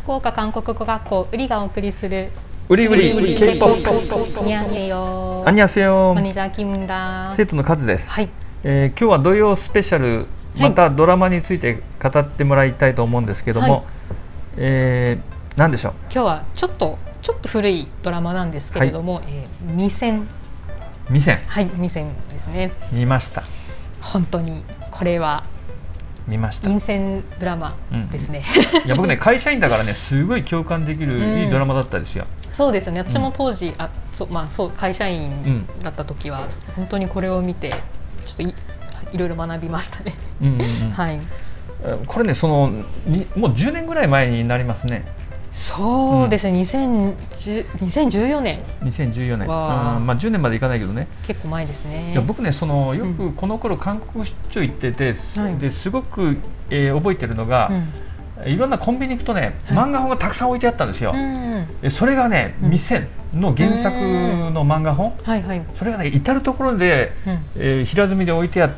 福岡韓国語学校ウリがお送りするウリK-POP。 안녕하세요。マネージャーキムだ。 生徒のカズです。 はい。 今日は土曜スペシャル、またドラマについて語ってもらいたいと思うんですけども、何でしょう。 今日はちょっと古いドラマなんですけれども、未線。はい、未線ですね。 見ました。 本当にこれは見ました。 陰線ドラマですね。 いや僕ね会社員だからねすごい共感できるいいドラマだったですよ。 そうですね。私も当時会社員だった時は本当にこれを見てちょっといろいろ学びましたね。はい。 これねもう10年ぐらい前になりますね。 そうですね。2014年。 2014年。まあ10年までいかないけどね。 結構前ですね。 いや僕ねよくこの頃韓国出張行ってて、ですごく、覚えてるのが、いろんなコンビニ行くとね、漫画本がたくさん置いてあったんですよ。それがね未線の原作の漫画本、それがね至る所で、平積みで置いてあって、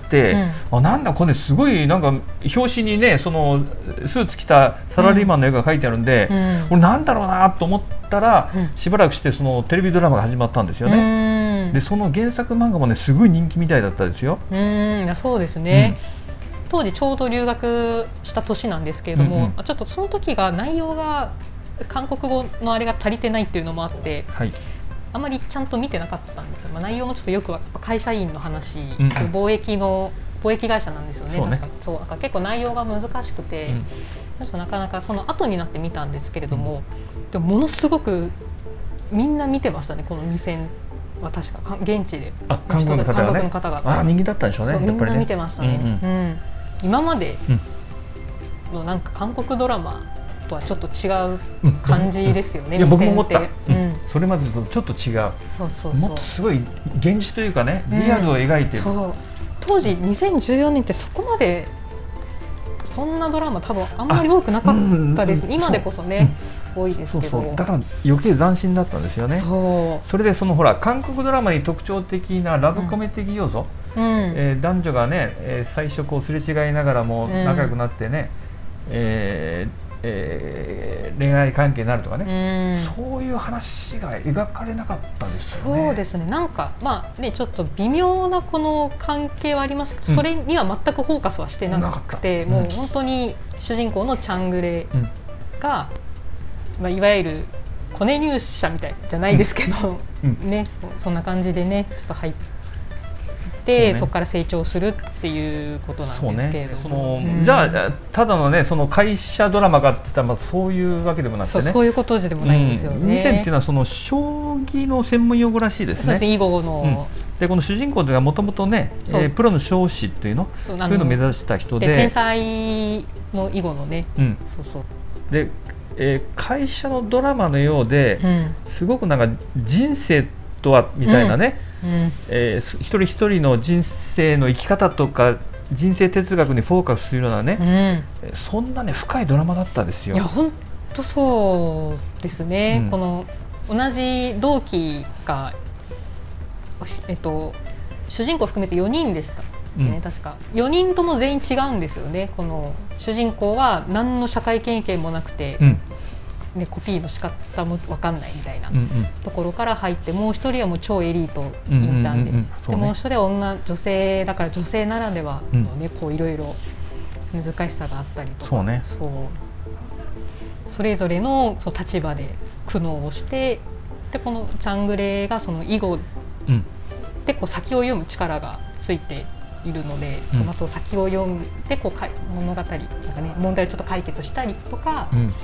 なんだこれすごいなんか表紙にねスーツ着たサラリーマンの絵が描いてあるんで、これなんだろうなと思ったら、しばらくしてテレビドラマが始まったんですよね。でその原作漫画もねすごい人気みたいだったですよ。 そうですね。当時ちょうど留学した年なんですけれども、ちょっとその時が内容が韓国語のあれが足りてないっていうのもあって、あまりちゃんと見てなかったんですよ。内容もちょっとよく会社員の話、貿易会社なんですよね。確かそう結構内容が難しくて、なかなかその後になって見たんですけれども、でもものすごくみんな見てましたね。この未線は確か現地で韓国の方が人気だったんでしょうね。 みんな見てましたね。今までのなんか韓国ドラマとはちょっと違う感じですよね。 いや僕も思った。それまでとちょっと違う。もっとすごい現実というかね、リアルを描いてる。 当時2014年ってそこまでそんなドラマ多分あんまり多くなかったです。今でこそね多いですけど。 だから余計斬新だったんですよね。それでほら韓国ドラマに特徴的なラブコメ的要素。男女がね、最初すれ違いながらも仲良くなってね、恋愛関係になるとかね、そういう話が描かれなかったですよね。 そうですね。なんかちょっと微妙なこの関係はありますけど、それには全くフォーカスはしてなくて、もう本当に主人公のチャングレが、いわゆるコネ入社みたいじゃないですけど、ね、そんな感じでねちょっと入って。そこから成長するっていうことなんですけれども、 じゃあただのね会社ドラマかって言ったらそういうわけでもなくてね、 そういうことでもないんですよね。 未線っていうのは将棋の専門用語らしいですね。 そうですね。囲碁の、 でこの主人公というのはもともとねプロの将士っていうのそういうのを目指した人で、 天才の囲碁のね、 で、会社のドラマのようで、すごくなんか人生とはみたいなね、一人一人の人生の生き方とか人生哲学にフォーカスするようなね、そんなね深いドラマだったですよ。 いや本当そうですね。この同じ同期が、主人公含めて4人でしたね。確か4人とも全員違うんですよね。この主人公は何の社会経験もなくて、コピーの仕方も分かんないみたいなところから入って、もう一人はもう超エリートインターンで、でもう一人は女性だから女性ならではのねいろいろ難しさがあったりとか、それぞれの立場で苦悩をして、でこのチャングレがその囲碁で先を読む力がついているので、その先を読んで物語なんかね問題をちょっと解決したりとか。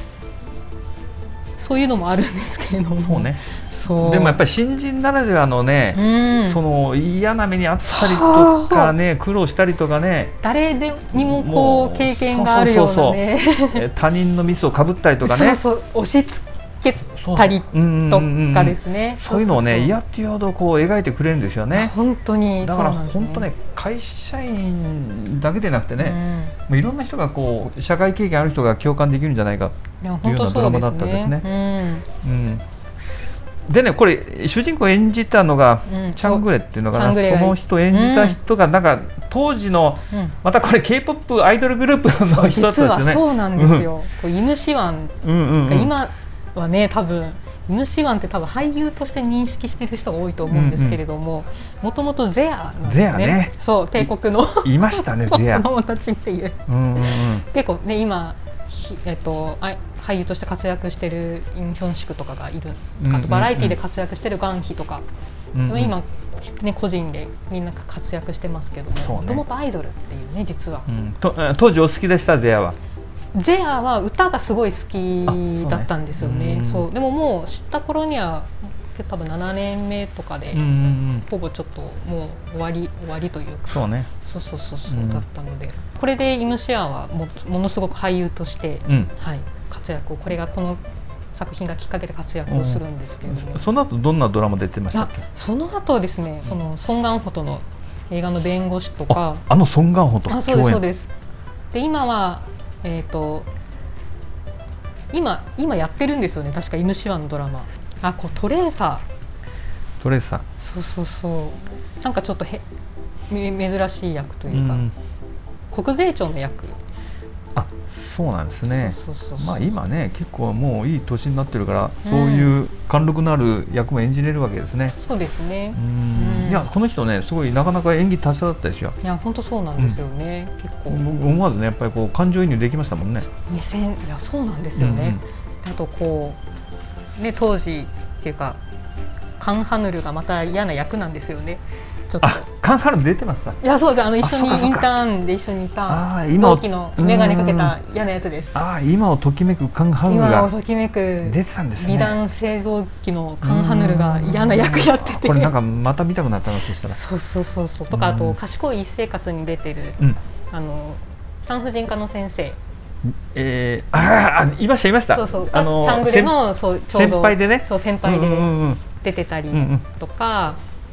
そういうのもあるんですけれども、 でもやっぱり新人ならではのね、嫌な目にあったりとかね、苦労したりとかね、 誰でにも経験があるようなね、 他人のミスをかぶったりとかね、 押し付けたりとかですね、 そういうのをね嫌っていうほど描いてくれるんですよね。 本当にだから本当ね会社員だけでなくてね、いろんな人が社会経験ある人が共感できるんじゃないかっていうようなドラマだったですね。 でね、これ主人公演じたのが、チャングレっていうのかな、その人演じた人がなんか当時の、またこれ K-POP アイドルグループの人だったんですよね。 実はそうなんですよ。イムシワンが今はね、多分イムシワンって多分俳優として認識している人が多いと思うんですけれども、もともとゼアなんですね。ゼアね、そう帝国のいましたね、ゼア子供たちっていう、結構ね今俳優として活躍しているインヒョンシクとかがいる、あとバラエティで活躍しているガンヒとか、今、ね、個人でみんな活躍してますけども、もともとアイドルっていうね、実は、 当時お好きでした。ゼアは歌がすごい好きだったんですよね。そうでももう知った頃には多分7年目とかで、ほぼちょっともう終わりというか、そうだったので、これでイムシアンはものすごく俳優として、活躍を、これがこの作品がきっかけで活躍をするんですけれども、 その後どんなドラマ出てましたっけ？ その後ですね、そのソン・ガンホとの映画の弁護士とか、 ソン・ガンホとそうです。で今は今やってるんですよね、確かイムシワンのドラマ。トレーサー。そうなんかちょっと珍しい役というか、国税庁の役。 そうなんですね。今ね、結構もういい年になってるから、そういう貫禄のある役も演じれるわけですね。 そうですね。 いや、この人ね、すごいなかなか演技達者だったですよ。 いや、本当そうなんですよね。結構思わずね、やっぱりこう感情移入できましたもんね。 いや、そうなんですよね。あとこうね、当時っていうかカン・ハヌルがまた嫌な役なんですよね。ちょっとカン・ハヌル出てました。 いや、そうです。一緒にインターンで一緒にいた同期の眼鏡かけた嫌なやつです。 今をときめくカン・ハヌルが今をときめく出てたんですね。 美談製造機のカン・ハヌルが嫌な役やってて、 これなんかまた見たくなったなとしたら、 そうとか、あと賢い一生活に出てる産婦人科の先生、 いました。 チャングレのちょうど先輩でね、 先輩で出てたりとか、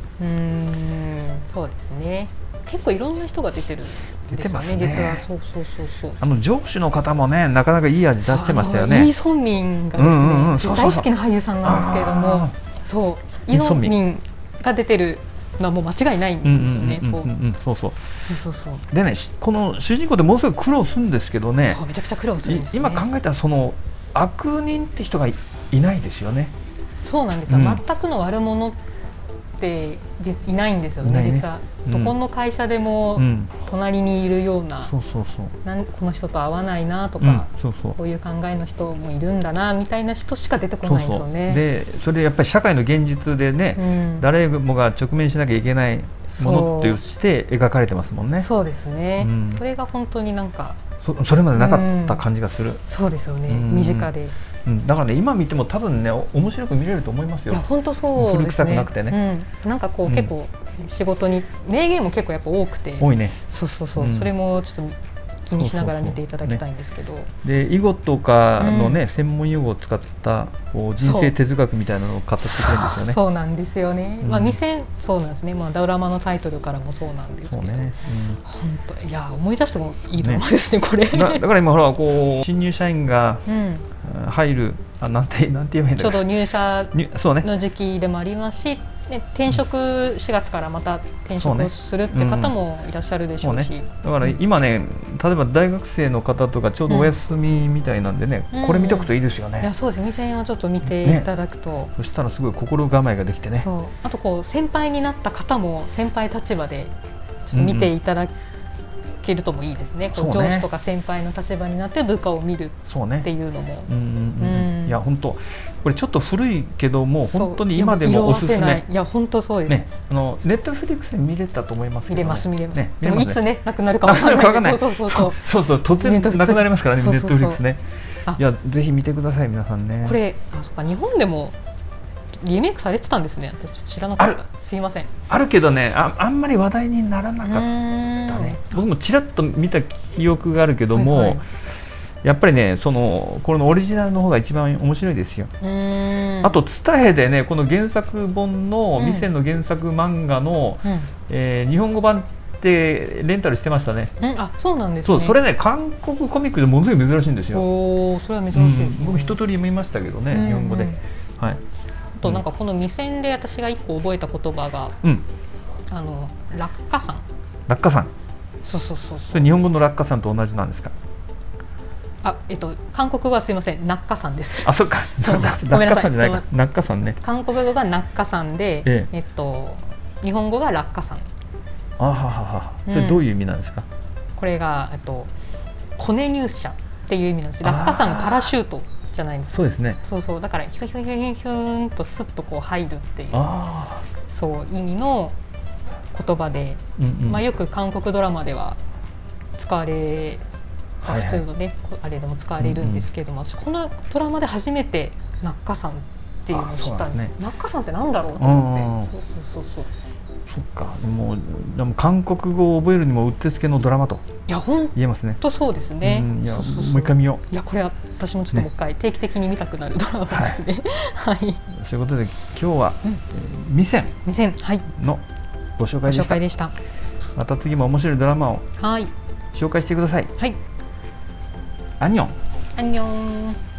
そうですね。結構いろんな人が出てるんですよね。実はそう上司の方もね、なかなかいい味出してましたよね。 イ・ソンミンがですね、大好きな俳優さんなんですけれども、イ・ソンミンが出てるのはもう間違いないんですよね。でね、この主人公でものすごい苦労するんですけどね。 めちゃくちゃ苦労するんですよね。 今考えたらその悪人って人がいないですよね。 そうなんですよ。全くの悪者っていないんですよね。実はどこの会社でも隣にいるような、この人と合わないなとか、こういう考えの人もいるんだなみたいな人しか出てこないんですよね。 でそれやっぱり社会の現実でね、誰もが直面しなきゃいけないものとして描かれてますもんね。 そうですね。それが本当になんかそれまでなかった感じがする。 そうですよね。身近で。 だからね、今見ても多分ね、面白く見れると思いますよ。 いや、本当そうですね。 古臭くなくてね。 なんかこう、結構仕事に名言も結構やっぱ多くて。 多いね。 それもちょっと気にしながら見ていただきたいんですけど。 で、囲碁とかのね、専門用語を使ったこう人生哲学みたいなのを語ってくれるんですよね。 そうなんですよね。そうなんですね。ドラマのタイトルからもそうなんですけど。本当、いや、思い出してもいいドラマですね、これ。 だから今ほら、こう新入社員が入る、なんて言えばいいんだろう。 ちょうど入社の時期でもありますし、転職4月からまた転職するって方もいらっしゃるでしょうし、 だから今ね、例えば大学生の方とかちょうどお休みみたいなんでね、これ見とくといいですよね。 いや、そうですね。2000円はちょっと見ていただくと、 そしたらすごい心構えができてね。 あとこう先輩になった方も先輩立場でちょっと見ていただけるともいいですね。こう上司とか先輩の立場になって部下を見るっていうのも、 いや本当これちょっと古いけども本当に今でもおすすめ。 いや本当そうですね。 ネットフリックスで見れたと思いますけど、 見れます。でもいつねなくなるかわからない。そう突然なくなりますからね、ネットフリックスね。いやぜひ見てください皆さんね。 これそっか、日本でもリメイクされてたんですね。私知らなかった。すいません。 あるけどね、あんまり話題にならなかったね。僕もちらっと見た記憶があるけども、やっぱりね、このオリジナルの方が一番面白いですよ。あとツタヘでね、この原作本の店の原作漫画の日本語版ってレンタルしてましたね。 そうなんですね。 それね、韓国コミックでものすごい珍しいんですよ。 それは珍しい。 僕一通り見ましたけどね、日本語で。はい。 となんかこの未線で私が1個覚えた言葉が、落下傘。 落下傘。 そうそうそうそう。 それ日本語の落下傘と同じなんですか？ 韓国語はすいません、ナッカさんです。 あ、そっか。 ごめんなさい。 ナッカさんね。 韓国語がナッカさんで、日本語が落下さん。 あははは。それどういう意味なんですか？ これがコネ入社っていう意味なんです。落下傘がパラシュートじゃないんですか。 そうですね。 そうそう、だからヒュヒュヒュヒュンとスッとこう入るっていう、そう意味の言葉で、よく韓国ドラマでは使われ普通のね、あれでも使われるんですけども、このドラマで初めてナッカさんっていうのを知ったんです。ナッカさんってなんだろうと思って。そうそっか。でも韓国語を覚えるにもうってつけのドラマと言えますね。 とそうですね。 もう一回見よう。 いや、これは私もちょっともう一回定期的に見たくなるドラマですね。はい。 そういうことで今日は未線のご紹介でした。また次も面白いドラマを紹介してください。 はい。 アンニョン。 アンニョン。